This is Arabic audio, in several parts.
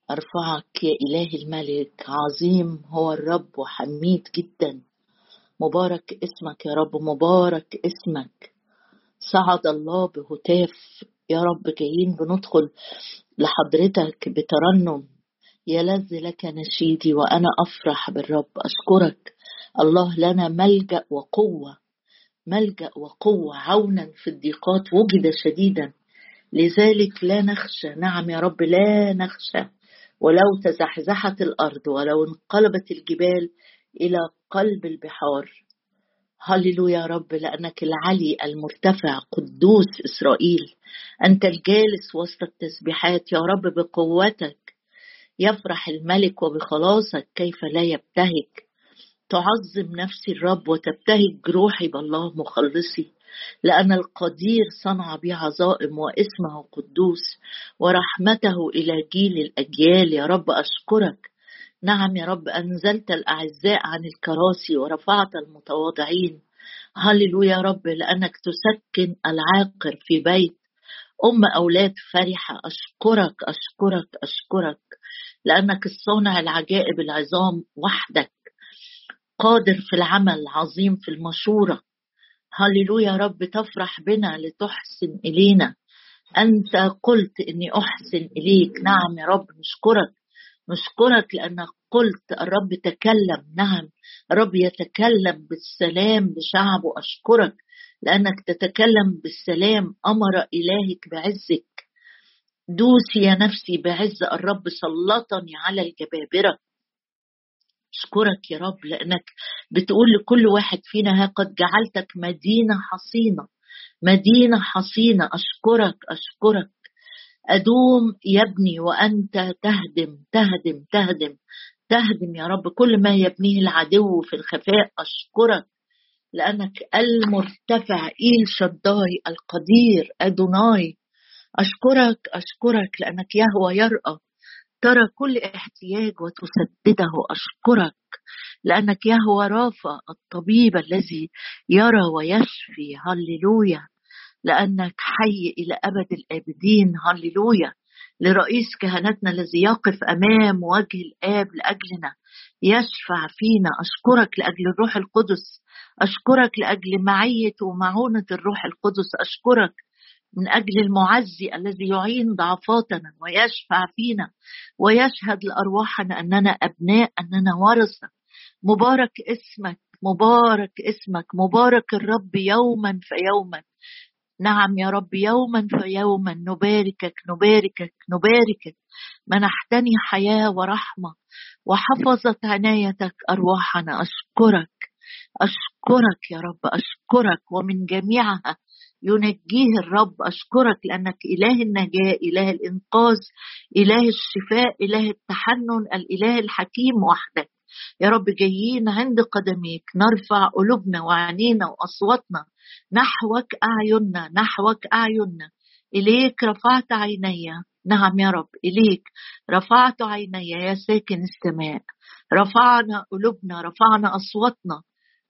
أرفعك يا إله الملك، عظيم هو الرب وحميد جدا. مبارك اسمك يا رب، مبارك اسمك. صعد الله بهتاف يا رب، جايين بندخل لحضرتك بترنم. يلذ لك نشيدي وأنا أفرح بالرب. أشكرك الله، لنا ملجأ وقوة، ملجأ وقوة، عونا في الضيقات وجد شديدا، لذلك لا نخشى. نعم يا رب، لا نخشى. ولو تزحزحت الأرض ولو انقلبت الجبال إلى قلب البحار. هللويا يا رب، لأنك العلي المرتفع قدوس إسرائيل. أنت الجالس وسط التسبيحات يا رب، بقوتك يفرح الملك وبخلاصك كيف لا يبتهج. تعظم نفسي الرب وتبتهج روحي بالله مخلصي، لأن القدير صنع بي عظائم واسمه قدوس ورحمته إلى جيل الأجيال. يا رب أشكرك. نعم يا رب، أنزلت الأعزاء عن الكراسي ورفعت المتواضعين. هللويا يا رب، لأنك تسكن العاقر في بيت أولاد فرحة. أشكرك أشكرك أشكرك، لأنك الصانع العجائب العظام وحدك، قادر في العمل، عظيم في المشورة. هللويا يا رب، تفرح بنا لتحسن إلينا. أنت قلت إني أحسن إليك. نعم يا رب، نشكرك نشكرك لأنك قلت الرب تكلم. نعم الرب يتكلم بالسلام لشعبه. أشكرك لأنك تتكلم بالسلام. أمر إلهك بعزك. دوسي يا نفسي بعز الرب، سلطني على الجبابرة. أشكرك يا رب لأنك بتقول لكل واحد فينا: ها قد جعلتك مدينة حصينة، مدينة حصينة. أشكرك أشكرك. أدوم يبني وأنت تهدم تهدم تهدم تهدم يا رب كل ما يبنيه العدو في الخفاء. أشكرك لأنك المرتفع، إيل شداي القدير أدوناي. أشكرك أشكرك لأنك يهوى يرأى، ترى كل احتياج وتسدده. أشكرك لأنك يهوى رافع الطبيب الذي يرى ويشفي. هللويا، لأنك حي إلى أبد الآبدين. هللويا. لرئيس كهنتنا الذي يقف أمام وجه الآب لأجلنا يشفع فينا. أشكرك لأجل الروح القدس. أشكرك لأجل معية ومعونة الروح القدس. أشكرك من أجل المعزي الذي يعين ضعفاتنا ويشفع فينا ويشهد لأرواحنا أننا أبناء، أننا ورثة. مبارك اسمك، مبارك اسمك، مبارك الرب يوما فيوما. نعم يا رب، يوما فيوما نباركك نباركك نباركك. منحتني حياة ورحمة وحفظت عنايتك أرواحنا. أشكرك أشكرك يا رب، أشكرك. ومن جميعها ينجيه الرب. أشكرك لأنك إله النجاة، إله الإنقاذ، إله الشفاء، إله التحنن، الإله الحكيم وحدك. يا رب جايين عند قدميك نرفع قلوبنا وعينينا وأصواتنا نحوك، أعيننا نحوك أعيننا. إليك رفعت عيني. نعم يا رب، إليك رفعت عيني يا ساكن السماء. رفعنا قلوبنا، رفعنا أصواتنا،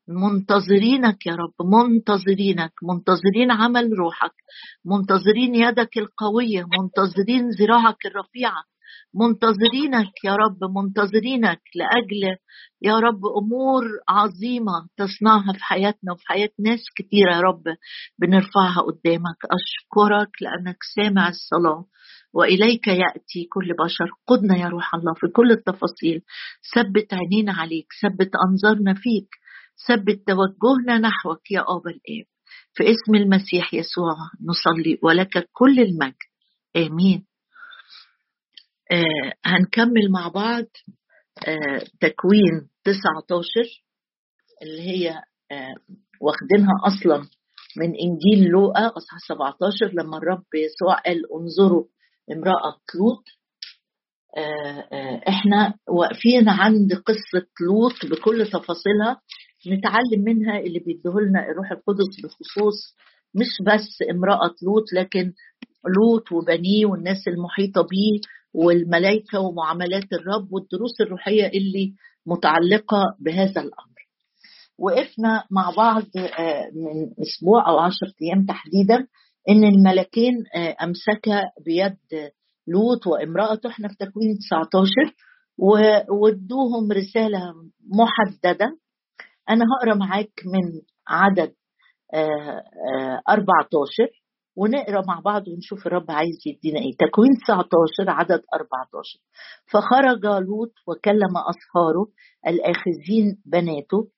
منتظرينك يا رب، منتظرينك، منتظرين عمل روحك، منتظرين يدك القوية، منتظرين ذراعك الرفيعة، منتظرينك يا رب، منتظرينك لأجل يا رب أمور عظيمة تصنعها في حياتنا وفي حياة ناس كتيرة يا رب بنرفعها قدامك. أشكرك لأنك سامع الصلاة وإليك يأتي كل بشر. قدنا يا روح الله في كل التفاصيل. ثبت عينينا عليك، ثبت أنظارنا فيك، ثبت توجهنا نحوك يا أبا الآب. في اسم المسيح يسوع نصلي ولك كل المجد، آمين. هنكمل مع بعض تكوين 19 اللي هي واخدينها أصلا من إنجيل لوقا أصحاح 17، لما الرب يسوع قال انظروا امرأة لوط. احنا واقفين عند قصة لوط بكل تفاصيلها، نتعلم منها اللي بيديهولنا الروح القدس بخصوص مش بس امرأة لوط، لكن لوط وبنيه والناس المحيطة بيه والملائكة ومعاملات الرب والدروس الروحية اللي متعلقة بهذا الأمر. وقفنا مع بعض من أسبوع أو 10 أيام تحديدا إن الملكين أمسكا بيد لوط وامرأته، احنا في تكوين 19، وادوهم رسالة محددة. أنا هقرأ معاك من عدد 14، ونقرأ مع بعض ونشوف الرب عايز يدينا ايه. تكوين 19 عدد 14: فخرج لوط وكلم أصهاره الآخذين بناته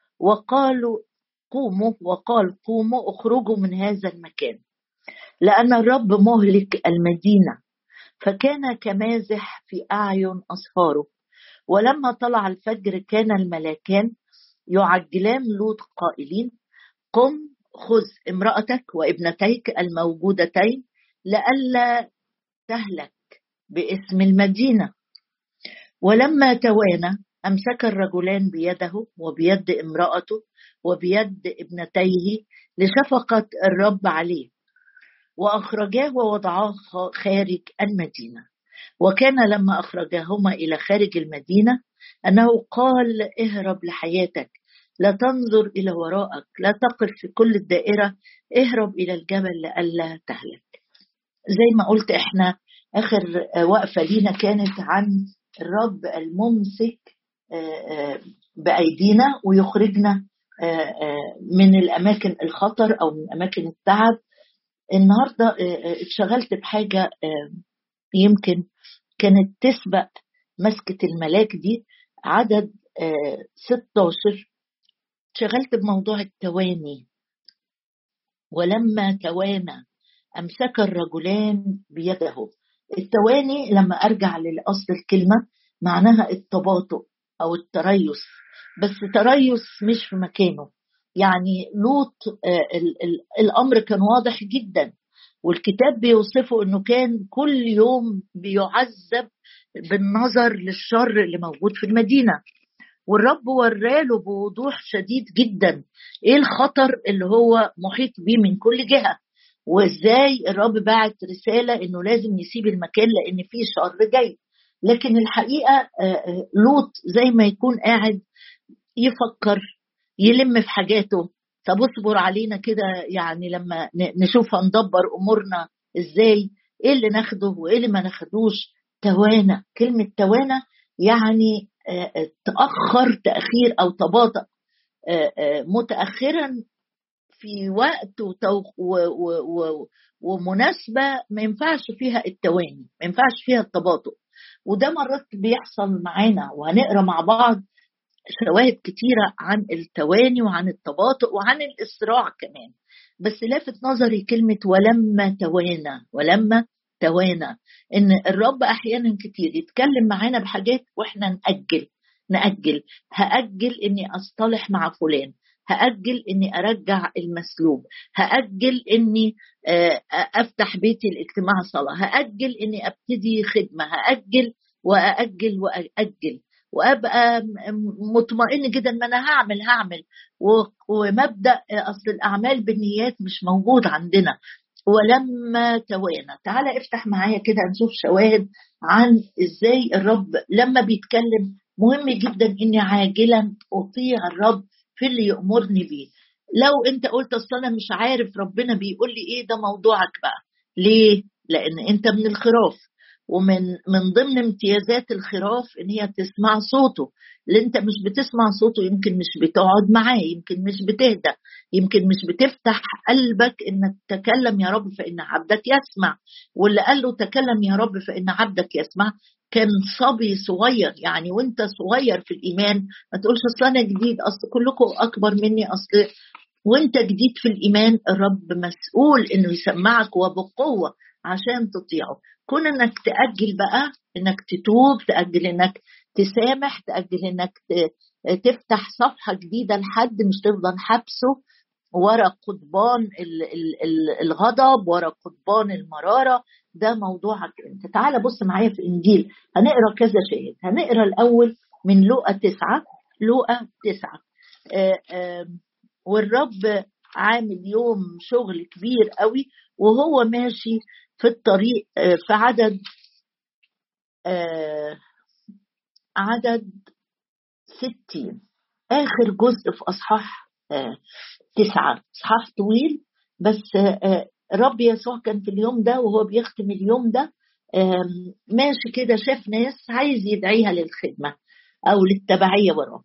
وقال قوموا اخرجوا من هذا المكان، لأن الرب مهلك المدينة. فكان كمازح في أعين أصهاره. ولما طلع الفجر كان الملاكان يعجلان لوط قائلين: قم خذ امرأتك وابنتيك الموجودتين لئلا تهلك باسم المدينة. ولما توانى أمسك الرجلان بيده وبيد امرأته وبيد ابنتيه لشفقة الرب عليه، وأخرجاه ووضعاه خارج المدينة. وكان لما أخرجاهما إلى خارج المدينة أنه قال: اهرب لحياتك، لا تنظر إلى وراءك، لا تقف في كل الدائرة، اهرب إلى الجبل لئلا تهلك. زي ما قلت احنا آخر وقفة لينا كانت عن الرب الممسك بأيدينا ويخرجنا من الأماكن الخطر أو من أماكن التعب. النهاردة اتشغلت بحاجة يمكن كانت تسبق مسكة الملاك دي، عدد 16. شغلت بموضوع التواني. ولما توانى أمسك الرجلان بيده. التواني لما أرجع للأصل الكلمة معناها التباطؤ أو التريث، بس تريث مش في مكانه. يعني لوط الأمر كان واضح جدا، والكتاب بيوصفه أنه كان كل يوم بيعذب بالنظر للشر اللي موجود في المدينة، والرب وراله بوضوح شديد جدا ايه الخطر اللي هو محيط بيه من كل جهة، وازاي الرب بعت رسالة انه لازم يسيب المكان لان فيه شر جاي. لكن الحقيقة لوط زي ما يكون قاعد يفكر يلم في حاجاته. طب اصبر علينا كده، يعني لما نشوف هندبر امورنا ازاي، ايه اللي ناخده وايه اللي ما ناخدوش. توانى، كلمة توانى يعني تأخر، تأخير أو تباطأ، متأخرا في وقت ومناسبة ما ينفعش فيها التواني، ما ينفعش فيها التباطؤ. وده مرات بيحصل معانا، وهنقرأ مع بعض شواهد كتيرة عن التواني وعن التباطؤ وعن الإسراع كمان. بس لافت نظري كلمة ولما توانى. ولما توانى إن الرب أحيانا كتير يتكلم معانا بحاجات وإحنا نأجل. هأجل إني أصطلح مع فلان، هأجل إني أرجع المسلوب، هأجل إني أفتح بيتي الاجتماع صلاة، هأجل إني أبتدي خدمة، هأجل وأأجل وأأجل، وابقى مطمئن جدا ما انا هعمل. ومبدا اصل الاعمال بالنيات مش موجود عندنا. ولما توانى، تعالى افتح معايا كده نشوف شواهد عن ازاي الرب لما بيتكلم مهم جدا اني عاجلا اطيع الرب في اللي يأمرني بيه. لو انت قلت اصل انا مش عارف ربنا بيقول لي ايه، ده موضوعك بقى. ليه؟ لان انت من الخراف، ومن ضمن امتيازات الخراف ان هي تسمع صوته. اللي انت مش بتسمع صوته يمكن مش بتقعد معاه، يمكن مش بتهدى، يمكن مش بتفتح قلبك انك تكلم يا رب فان عبدك يسمع. واللي قال له تكلم يا رب فان عبدك يسمع كان صبي صغير. يعني وانت صغير في الايمان ما تقولش اصل انا جديد، اصل كلكم اكبر مني، اصل وانت جديد في الإيمان الرب مسؤول انه يسمعك وبقوة عشان تطيعه. كون انك تأجل بقى، انك تتوب، تأجل انك تسامح، تأجل انك تفتح صفحة جديدة لحد، مش تفضل حبسه ورا قضبان الغضب، ورا قضبان المرارة. ده موضوعك انت. تعال بص معايا في الإنجيل، هنقرأ كذا شيء. هنقرأ الأول من لوقا 9. لوقا 9 والرب عامل يوم شغل كبير قوي وهو ماشي في الطريق. في عدد 60، آخر جزء في أصحاح 9. أصحاح طويل، بس الرب يسوع كان في اليوم ده وهو بيختم اليوم ده ماشي كده، شاف ناس عايز يدعيها للخدمة أو للتبعية وراه.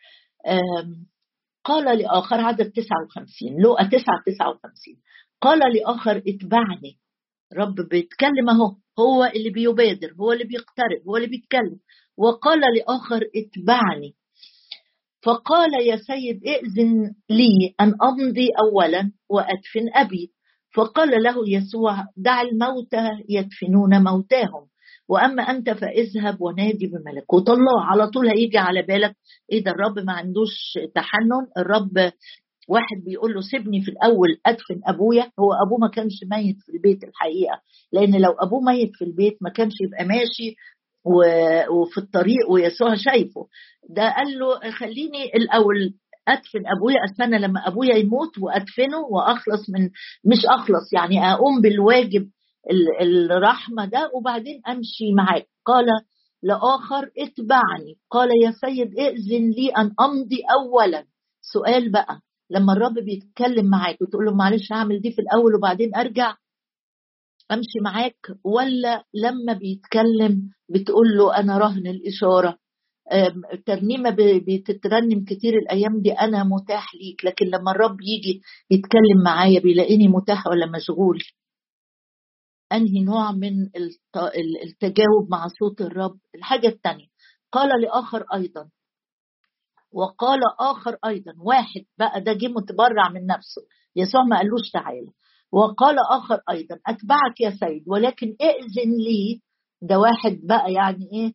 قال لآخر، عدد 59 لوقا 9:59، قال لآخر اتبعني. رب بيتكلم اهو، هو اللي بيبادر، هو اللي بيقترب، هو اللي بيتكلم. وقال لآخر اتبعني. فقال يا سيد ائذن لي أن أمضي أولا وأدفن أبي. فقال له يسوع دع الموتى يدفنون موتاهم، وأما أنت فاذهب ونادي بملكوت الله. على طول هيجي على بالك إيه ده، الرب ما عندوش تحنن؟ الرب واحد بيقول له سيبني في الأول أدفن أبويا. هو أبوه ما كانش ميت في البيت الحقيقة، لأن لو أبوه ميت في البيت ما كانش يبقى ماشي وفي الطريق ويسوع شايفه. ده قال له خليني الأول أدفن أبويا، أستنى لما أبويا يموت وأدفنه وأخلص من، مش أخلص يعني أقوم بالواجب الرحمة ده، وبعدين أمشي معاك. قال لآخر اتبعني. قال يا سيد ائذن لي أن أمضي أولا. سؤال بقى، لما الرب بيتكلم معاك وتقول له معلش هعمل دي في الأول وبعدين أرجع أمشي معاك، ولا لما بيتكلم بتقول له أنا رهن الإشارة؟ ترنيمة بتترنم كتير الأيام دي، أنا متاح ليك. لكن لما الرب يجي يتكلم معايا بيلاقيني متاح ولا مشغول؟ أنهي نوع من التجاوب مع صوت الرب؟ الحاجة التانية، قال لآخر أيضا. وقال آخر أيضا، واحد بقى ده جه متبرع من نفسه، يسوع ما قالوش تعالى. وقال آخر أيضا أتبعك يا سيد ولكن ائذن لي. ده واحد بقى يعني إيه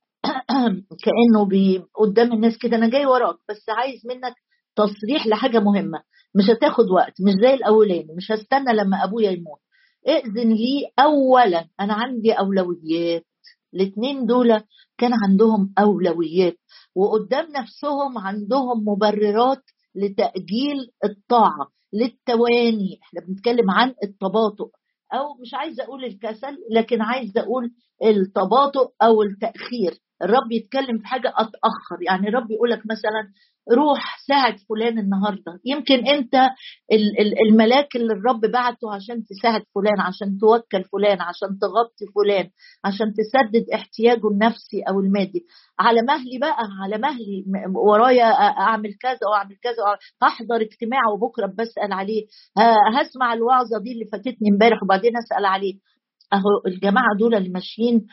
كأنه قدام الناس كده أنا جاي وراك بس عايز منك تصريح لحاجة مهمة، مش هتاخد وقت، مش زي الأولاني، مش هستنى لما أبويا يموت. ائذن لي أولا، أنا عندي أولويات. الاتنين دول كان عندهم أولويات، وقدام نفسهم عندهم مبررات لتأجيل الطاعة، للتواني. احنا بنتكلم عن التباطؤ، أو مش عايزة أقول الكسل، لكن عايزة أقول التباطؤ أو التأخير. الرب يتكلم في حاجة أتأخر، يعني الرب يقولك مثلا روح ساعد فلان النهاردة. يمكن أنت الملاك اللي الرب بعته عشان تساعد فلان، عشان توكل فلان، عشان تغطي فلان، عشان تسدد احتياجه النفسي أو المادي. على مهلي بقى، على مهلي ورايا أعمل كذا وأعمل كذا، هحضر اجتماع وبكرة بسأل عليه، هسمع الوعظة دي اللي فاتتني امبارح وبعدين أسأل عليه. اهو الجماعه دول اللي ماشيين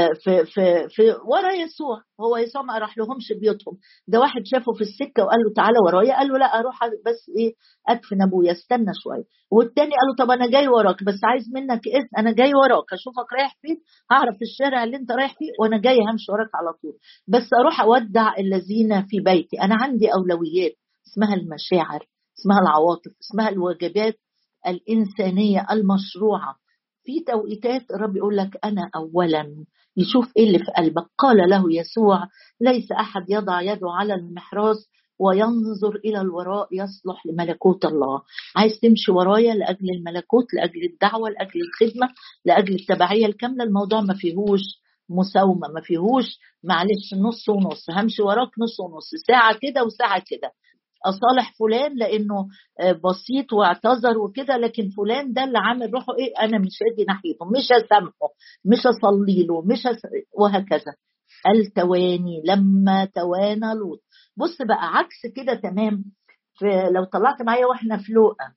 في ورا يسوع. هو يسوع ما راح لهمش بيوتهم، ده واحد شافه في السكه وقال له تعالى ورايا، قال له لا اروح بس ايه ادفن ابويا، استنى شويه. والتاني قال له طب انا جاي وراك بس عايز منك اذن، انا جاي وراك اشوفك رايح فين، هعرف الشارع اللي انت رايح فيه وانا جاي همشي وراك على طول، بس اروح اودع الذين في بيتي. انا عندي اولويات، اسمها المشاعر، اسمها العواطف، اسمها الواجبات الانسانيه المشروعه. في توقيتات الرب يقول لك أنا أولا، يشوف إيه اللي في قلبك. قال له يسوع ليس أحد يضع يده على المحراث وينظر إلى الوراء يصلح لملكوت الله. عايز تمشي ورايا لأجل الملكوت، لأجل الدعوة، لأجل الخدمة، لأجل التبعية الكاملة، الموضوع ما فيهوش مساومة، ما فيهوش معلش نص ونص، همشي وراك نص ونص، ساعة كده وساعة كده. اصالح فلان لانه بسيط واعتذر وكده، لكن فلان ده اللي عامل روحه ايه، انا مش هادي ناحيته، مش هسامحه، مش هصلي له، وهكذا. التواني لما توانى لوط. بص بقى عكس كده تمام. لو طلعت معايا واحنا في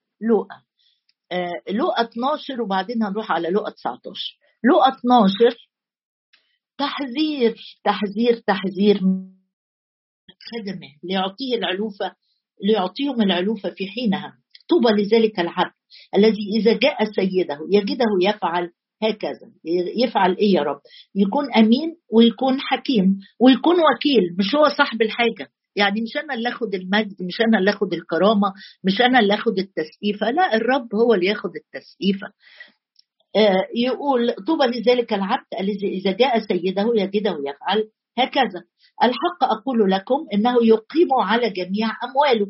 لوقا 12 وبعدين هنروح على لوقا 19. لوقا 12 تحذير تحذير تحذير خدمه ليعطيهم العلوفة في حينها. طوبى لذلك العبد الذي إذا جاء سيده يجده يفعل هكذا. يفعل إيه يا رب؟ يكون أمين ويكون حكيم ويكون وكيل. مش هو صاحب الحاجة، يعني مش أنا اللي أخد المجد، مش أنا اللي أخد الكرامة، مش أنا اللي أخد التسقيفة، لا الرب هو اللي ياخد التسقيفة. يقول طوبى لذلك العبد الذي إذا جاء سيده يجده يفعل هكذا. الحق أقول لكم إنه يقيم على جميع أمواله،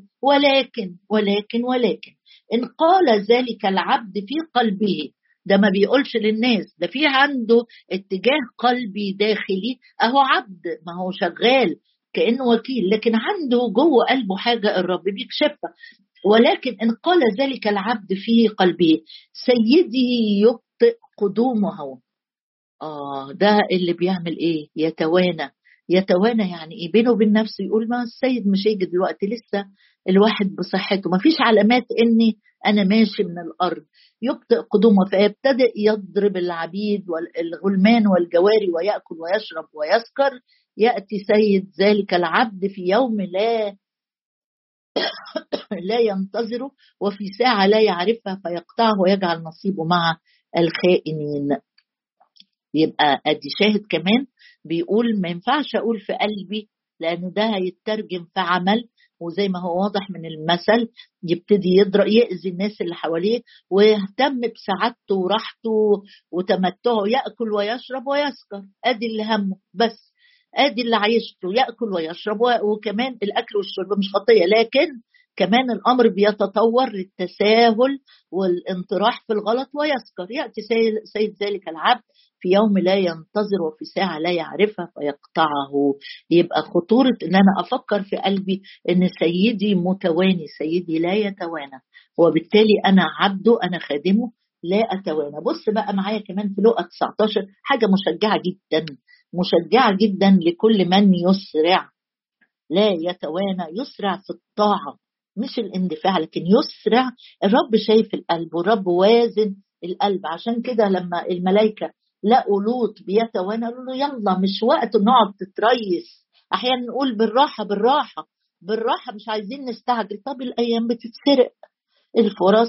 ولكن إن قال ذلك العبد في قلبه، ده ما بيقولش للناس، ده في عنده اتجاه قلبي داخلي، أهو عبد ما هو شغال كأنه وكيل، لكن عنده جوه قلبه حاجة الرب بيكشفها. ولكن إن قال ذلك العبد في قلبه سيدي يبطئ قدومه، ده اللي بيعمل ايه؟ يتوانى. يتوانى يعني ايه؟ بينه وبين نفسه يقول ما السيد مش هيجي دلوقتي، لسه الواحد بصحته، ما فيش علامات اني انا ماشي من الارض. يبطئ قدومه فيبتدئ يضرب العبيد والغلمان والجواري ويأكل ويشرب ويسكر. يأتي سيد ذلك العبد في يوم لا ينتظره، وفي ساعة لا يعرفها، فيقطعه ويجعل نصيبه مع الخائنين. يبقى ادي شاهد كمان بيقول ما ينفعش اقول في قلبي، لان ده هيترجم في عمل، وزي ما هو واضح من المثل يبتدي يأذي الناس اللي حواليه، ويهتم بسعادته وراحته وتمتعه، يأكل ويشرب ويسكر. ادي اللي همه بس، ادي اللي عايشته، يأكل ويشرب. وكمان الاكل والشرب مش خطية، لكن كمان الامر بيتطور للتساهل والانطراح في الغلط ويسكر. يأتي سيد ذلك العبد في يوم لا ينتظر وفي ساعة لا يعرفها فيقطعه. يبقى خطورة ان انا افكر في قلبي ان سيدي متواني، سيدي لا يتوانى، وبالتالي انا عبده، انا خادمه، لا اتوانى. بص بقى معايا كمان في لقا 19 حاجة مشجعة جدا، مشجعة جدا لكل من يسرع. لا يتوانى، يسرع في الطاعة مش الاندفاع، لكن يسرع. الرب شايف القلب، والرب وازن القلب. عشان كده لما الملائكة لقوا لوط بيتوانى قالوا له يلا مش وقت نقعد تتريس. احيانا نقول بالراحة بالراحة بالراحة، مش عايزين نستعجل. طب الايام بتتسرق، الفرص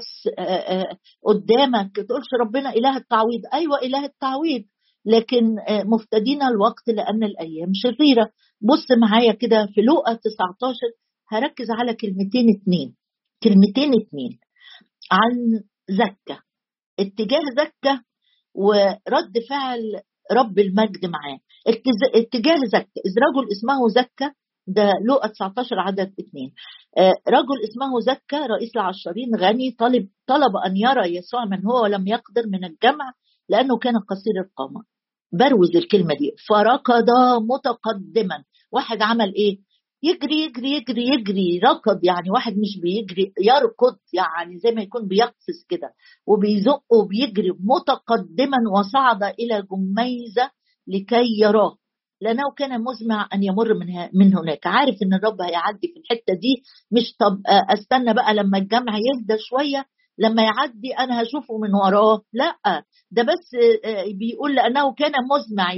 قدامك، تقولش ربنا إله التعويض. أيوة إله التعويض، لكن مفتدين الوقت لأن الأيام شريرة. بص معايا كده في لوقا 19، هركز على كلمتين اتنين، كلمتين اتنين عن زكا، اتجاه زكا ورد فعل رب المجد معاه. اتجاه زكا، إذ رجل اسمه زكا، ده لقى 19 عدد 2. رجل اسمه زكا رئيس العشرين غني، طلب أن يرى يسوع من هو، ولم يقدر من الجمع لأنه كان قصير القامة. بروز الكلمة دي، فركض متقدما. واحد عمل إيه؟ يجري يجري يجري يجري، ركض يعني واحد مش بيجري، يركض يعني زي ما يكون بيقفز كده وبيزق وبيجري متقدما، وصعد إلى جميزة لكي يراه، لأنه كان مزمع أن يمر من هناك. عارف إن الرب هيعدي في الحتة دي، مش طب أستنى بقى لما الجمع يهدى شوية لما يعدي أنا هشوفه من وراه، لا، ده بس بيقول لأنه كان مزمع،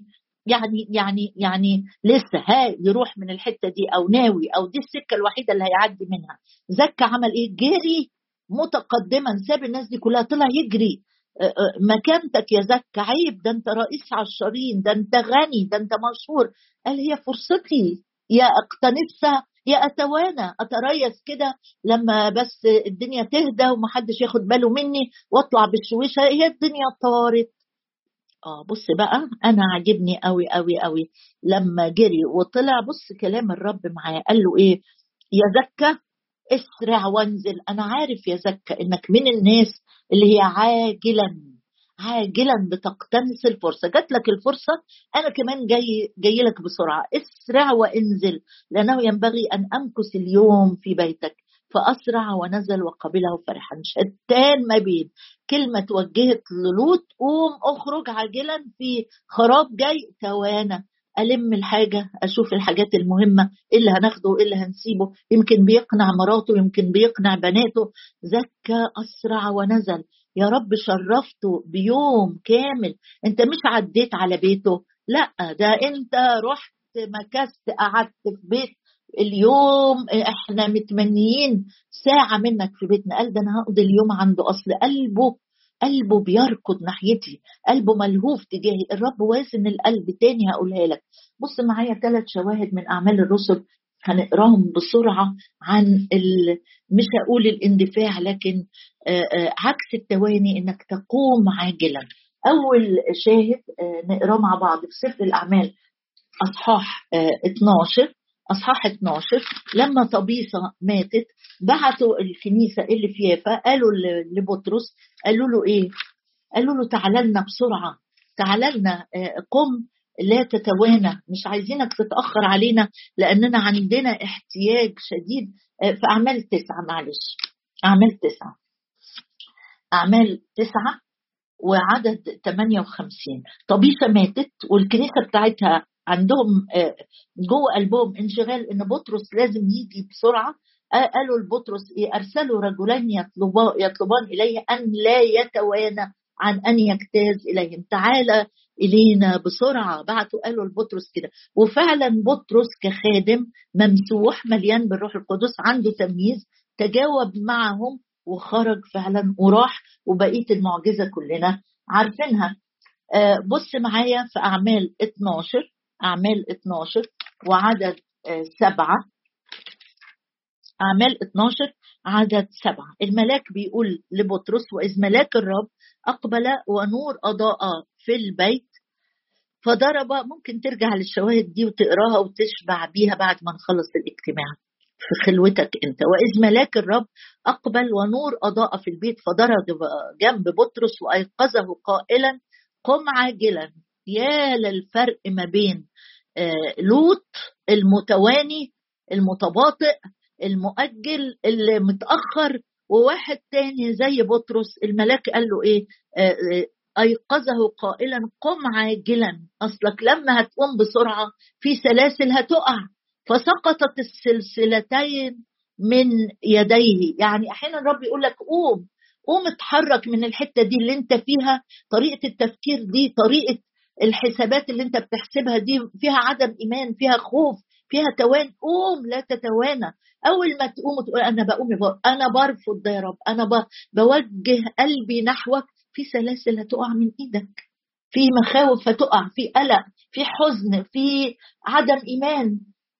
يعني لسه يروح من الحتة دي أو ناوي، أو دي السكة الوحيدة اللي هيعدي منها. زكى عمل إيه؟ جري متقدما، ساب الناس دي كلها طلع يجري. مكانتك يا زكى، عيب، ده انت رئيس عشرين، ده انت غني، ده انت مشهور. قال هي فرصتي يا اقتنصها يا اتوانى، اتريث كده لما بس الدنيا تهدى ومحدش ياخد باله مني واطلع بالشويشه، هي الدنيا طارت. بص بقى انا عاجبني قوي قوي قوي لما جري وطلع. بص كلام الرب معاه قال له ايه؟ يا زكى اسرع وانزل. انا عارف يا زكى انك من الناس اللي هي عاجلا بتقتنص الفرصه. جات لك الفرصه، انا كمان جاي لك بسرعه. اسرع وانزل، لانه ينبغي ان امكث اليوم في بيتك. فاسرع ونزل وقبله فرحا. شتان ما بين كلمه توجهت للوط قوم اخرج عاجلا في خراب جاي، توانى ألم الحاجة، أشوف الحاجات المهمة، إيه اللي هناخده وإيه اللي هنسيبه، يمكن بيقنع مراته، يمكن بيقنع بناته. زكى أسرع ونزل. يا رب شرفته بيوم كامل، أنت مش عديت على بيته، لا، ده أنت رحت مكست قعدت في بيت اليوم. احنا متمنيين ساعة منك في بيتنا. قال ده أنا هقضي اليوم عنده. أصل قلبه بيركض ناحيتي، قلبه ملهوف تجاهي. الرب وازن القلب. تاني هقولها لك، بص معايا 3 شواهد من أعمال الرسل هنقراهم بسرعة عن مش هقول الاندفاع، لكن عكس التواني، انك تقوم عاجلا. اول شاهد نقراه مع بعض في سفر الأعمال اصحاح 12. اصحاح 12 لما طبيصه ماتت بعتوا الكنيسه اللي في يافا، قالوا لبطرس، قالوا له ايه؟ قالوا له تعالى لنا بسرعه، تعالى لنا، قم لا تتوانى، مش عايزينك تتاخر علينا لاننا عندنا احتياج شديد. في اعمال 9، معلش، اعمال 9، اعمال 9 وعدد 58. طبيسة ماتت والكنيسة بتاعتها عندهم جوه قلبهم انشغال ان بطرس لازم يجي بسرعة. قالوا لبطرس ايه؟ ارسلوا رجلين يطلبان اليه ان لا يتوانى عن ان يجتاز اليهم. تعالى الينا بسرعة. بعتوا قالوا لبطرس كده. وفعلا بطرس كخادم ممسوح مليان بالروح القدس عنده تمييز، تجاوب معهم وخرج فعلا وراح. وبقية المعجزة كلنا عارفينها. بص معايا في أعمال 12. أعمال 12 وعدد 7. أعمال 12 عدد 7. الملاك بيقول لبطرس: وإذ ملاك الرب أقبل ونور أضاء في البيت فضرب. ممكن ترجع للشواهد دي وتقراها وتشبع بيها بعد ما نخلص الاجتماع في خلوتك انت. وإذ ملاك الرب أقبل ونور أضاء في البيت فضرب جنب بطرس وأيقظه قائلا: قم عاجلا. يا للفرق ما بين لوط المتواني المتباطئ المؤجل اللي متأخر، وواحد تاني زي بطرس. الملاك قال له ايه؟ أيقظه قائلا: قم عاجلا. أصلك لما هتقوم بسرعة في سلاسل هتقع. فسقطت السلسلتين من يديه. يعني أحيانا الرب يقول لك قوم، قوم اتحرك من الحتة دي اللي انت فيها. طريقة التفكير دي، طريقة الحسابات اللي انت بتحسبها دي فيها عدم إيمان، فيها خوف، فيها توان. قوم، لا تتوانى. أول ما تقوم وتقول أنا بقوم، أنا برفض ده يا رب، أنا بوجه قلبي نحوك، في سلاسل هتقع من إيدك، في مخاوف هتقع، في قلق، في حزن، في عدم إيمان.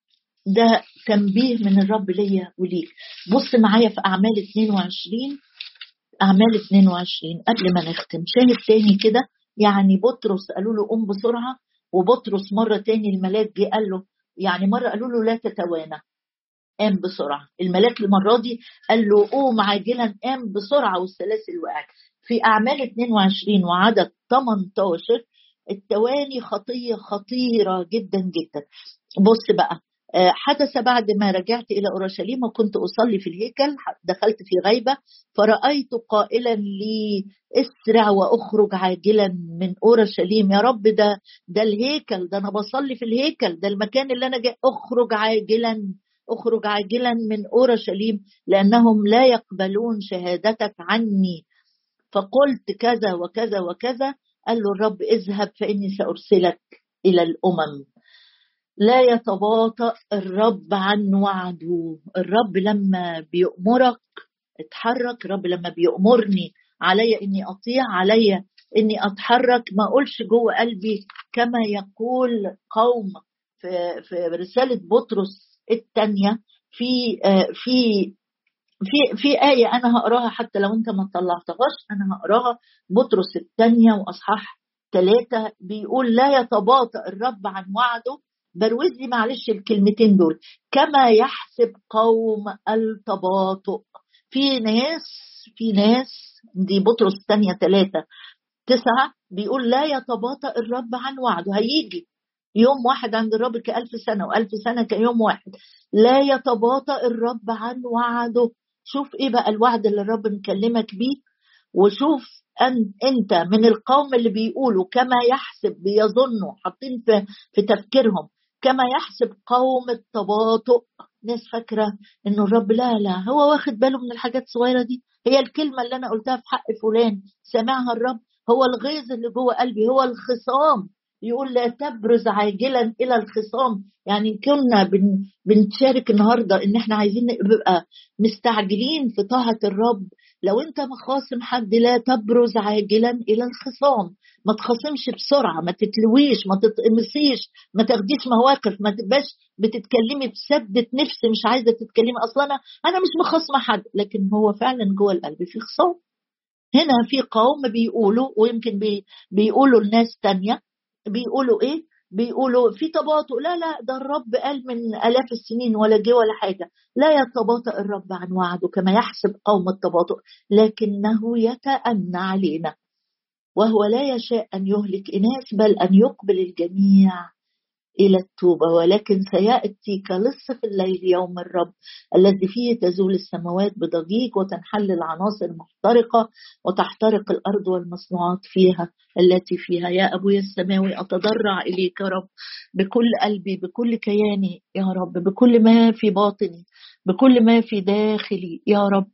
ده تنبيه من الرب ليا وليك. بص معايا في أعمال 22. أعمال 22 قبل ما نختم شاهد تاني كده. يعني بطرس قالوا له قوم بسرعة، وبطرس مرة تاني الملاك جه قال له، يعني مرة قالوا له لا تتوانى، قام بسرعة. الملاك المرة دي قال له قوم عاجلا، قام بسرعة والسلاسل وقعت. في أعمال 22 وعدد 18: التواني خطية خطيرة جدا جدا. بص بقى، حدث بعد ما رجعت إلى أورشليم وكنت أصلي في الهيكل، دخلت في غيبة فرأيت قائلا لي: اسرع واخرج عاجلا من أورشليم. يا رب، ده الهيكل، ده أنا بصلي في الهيكل، ده المكان اللي أنا جاي. اخرج عاجلا، اخرج عاجلا من أورشليم لأنهم لا يقبلون شهادتك عني. فقلت كذا وكذا وكذا. قال له الرب: اذهب فإني سأرسلك إلى الأمم. لا يتباطأ الرب عن وعده. الرب لما بيأمرك اتحرك. الرب لما بيأمرني علي اني اطيع، علي اني اتحرك. ما اقولش جوه قلبي كما يقول قوم في رسالة بطرس الثانية. في في في آية أنا هقراها حتى لو أنت ما طلعتهاش، أنا هقراها. بطرس الثانية وأصحاح 3 بيقول: لا يتباطأ الرب عن وعده. بروز لي معلش الكلمتين دول: كما يحسب قوم التباطؤ. في ناس دي بطرس الثانية 3:9 بيقول: لا يتباطأ الرب عن وعده. هيجي يوم واحد عند الرب كألف سنة، وألف سنة كيوم واحد. لا يتباطأ الرب عن وعده. شوف ايه بقى الوعد اللي الرب مكلمك بيه، وشوف انت من القوم اللي بيقولوا كما يحسب، بيظنوا، حاطين في تفكيرهم كما يحسب قوم التباطؤ. ناس فاكرة انه الرب لا هو واخد باله من الحاجات الصغيرة دي. هي الكلمة اللي انا قلتها في حق فلان سمعها الرب، هو الغيظ اللي جوه قلبي، هو الخصام. يقول: لا تبرز عاجلا الى الخصام. يعني كنا بنشارك النهارده ان احنا عايزين نبقى مستعجلين في طاعة الرب. لو انت مخاصم حد، لا تبرز عاجلا الى الخصام. ما تخاصمش بسرعة، ما تتلويش، ما تتقمصيش، ما تاخديش مواقف، ما تبقاش بتتكلمي بسدة نفس مش عايزة تتكلمي. اصلا انا مش مخاصمة حد، لكن هو فعلا جوه القلب في خصام. هنا في قوم بيقولوا، ويمكن بيقولوا الناس تانية، بيقولوا ايه؟ بيقولوا في تباطؤ. لا ده الرب قال من آلاف السنين ولا جه ولا حاجة. لا يتباطأ الرب عن وعده كما يحسب قوم التباطؤ، لكنه يتأنى علينا، وهو لا يشاء أن يهلك إناس بل أن يقبل الجميع إلى التوبة، ولكن سيأتي كلص في الليل يوم الرب الذي فيه تزول السماوات بضجيج وتنحل العناصر المحترقة وتحترق الأرض والمصنوعات فيها التي فيها. يا أبويا السماوي، أتضرع إليك يا رب بكل قلبي، بكل كياني يا رب، بكل ما في باطني، بكل ما في داخلي يا رب.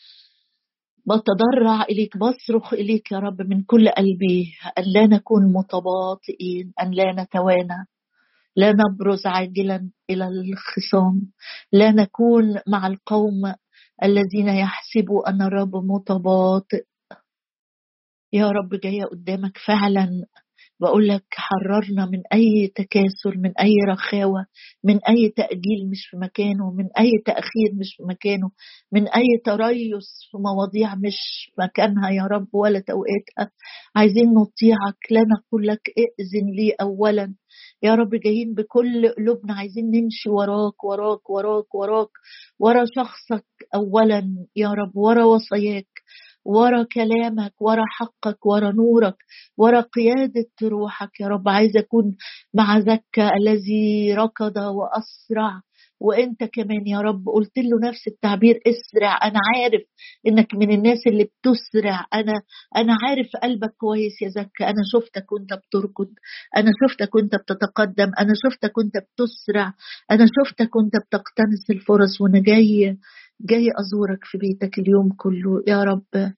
بتضرع إليك، بصرخ إليك يا رب من كل قلبي أن لا نكون متباطئين، أن لا نتوانى، لا نبرز عاجلا إلى الخصام، لا نكون مع القوم الذين يحسبوا أن الرب متباطئ. يا رب جاية قدامك فعلا، بقول لك حررنا من أي تكاسل، من أي رخاوة، من أي تأجيل مش في مكانه، من أي تأخير مش في مكانه، من أي تريث في مواضيع مش في مكانها يا رب ولا توقيتها. عايزين نطيعك، لا نقول لك ائذن لي أولا يا رب. جايين بكل قلوبنا عايزين نمشي وراك وراك وراك وراك، ورا شخصك أولا يا رب، ورا وصاياك، ورا كلامك، ورا حقك، ورا نورك، ورا قيادة روحك يا رب. عايزة أكون مع زكا الذي ركض وأسرع، وانت كمان يا رب قلت له نفس التعبير، اسرع. انا عارف انك من الناس اللي بتسرع، انا عارف قلبك كويس يا زكا. انا شفتك وانت بتركض، انا شفتك وانت بتتقدم، انا شفتك وانت بتسرع، انا شفتك وانت بتقتنص الفرص. وانا جاي ازورك في بيتك اليوم كله يا رب.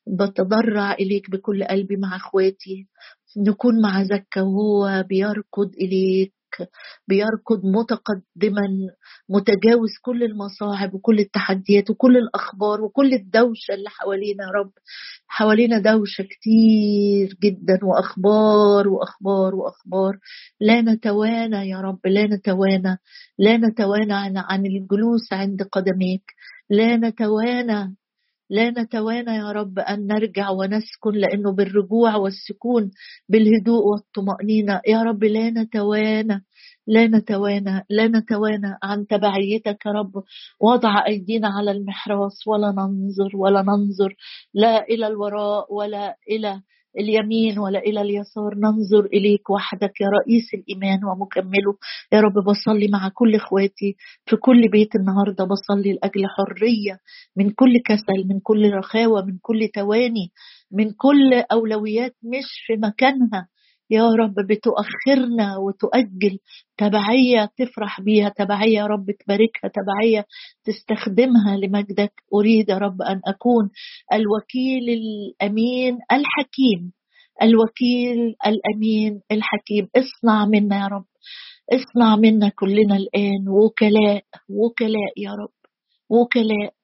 بتضرع إليك بكل قلبي مع أخواتي، نكون مع زكا وهو بيركض إليك، بيركض متقدما، متجاوز كل المصاعب وكل التحديات وكل الأخبار وكل الدوشة اللي حوالينا يا رب. حوالينا دوشة كتير جدا، وأخبار وأخبار وأخبار. لا نتوانى يا رب، لا نتوانى، لا نتوانى عن الجلوس عند قدميك. لا نتوانى، لا نتوانى يا رب أن نرجع ونسكن، لأنه بالرجوع والسكون، بالهدوء والطمأنينة يا رب لا نتوانى، لا نتوانى، لا نتوانى عن تبعيتك يا رب. وضع أيدينا على المحراث ولا ننظر، ولا ننظر لا إلى الوراء ولا إلى اليمين ولا إلى اليسار، ننظر إليك وحدك يا رئيس الإيمان ومكمله. يا رب بصلي مع كل إخواتي في كل بيت النهاردة، بصلي لأجل حرية من كل كسل، من كل رخاوة، من كل تواني، من كل أولويات مش في مكانها يا رب، بتؤخرنا وتؤجل تبعية تفرح بيها، تبعية يا رب تباركها، تبعية تستخدمها لمجدك. أريد يا رب أن أكون الوكيل الأمين الحكيم، الوكيل الأمين الحكيم. اصنع منا يا رب، اصنع منا كلنا الآن وكلاء، وكلاء يا رب، وكلاء.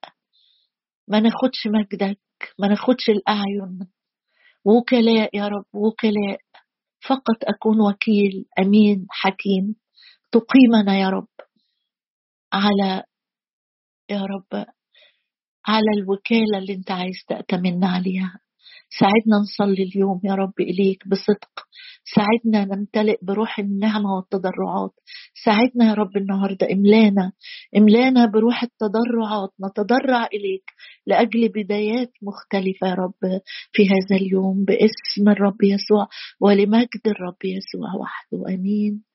ما ناخدش مجدك، ما ناخدش الأعين، وكلاء يا رب، وكلاء. فقط أكون وكيل أمين حكيم، تقيمنا يا رب على، يا رب على الوكالة اللي انت عايز تأتمنا عليها. ساعدنا نصلي اليوم يا رب إليك بصدق، ساعدنا نمتلئ بروح النعمة والتضرعات. ساعدنا يا رب النهاردة، املانا بروح التضرعات، نتضرع إليك لأجل بدايات مختلفة يا رب في هذا اليوم، باسم الرب يسوع ولمجد الرب يسوع وحده، آمين.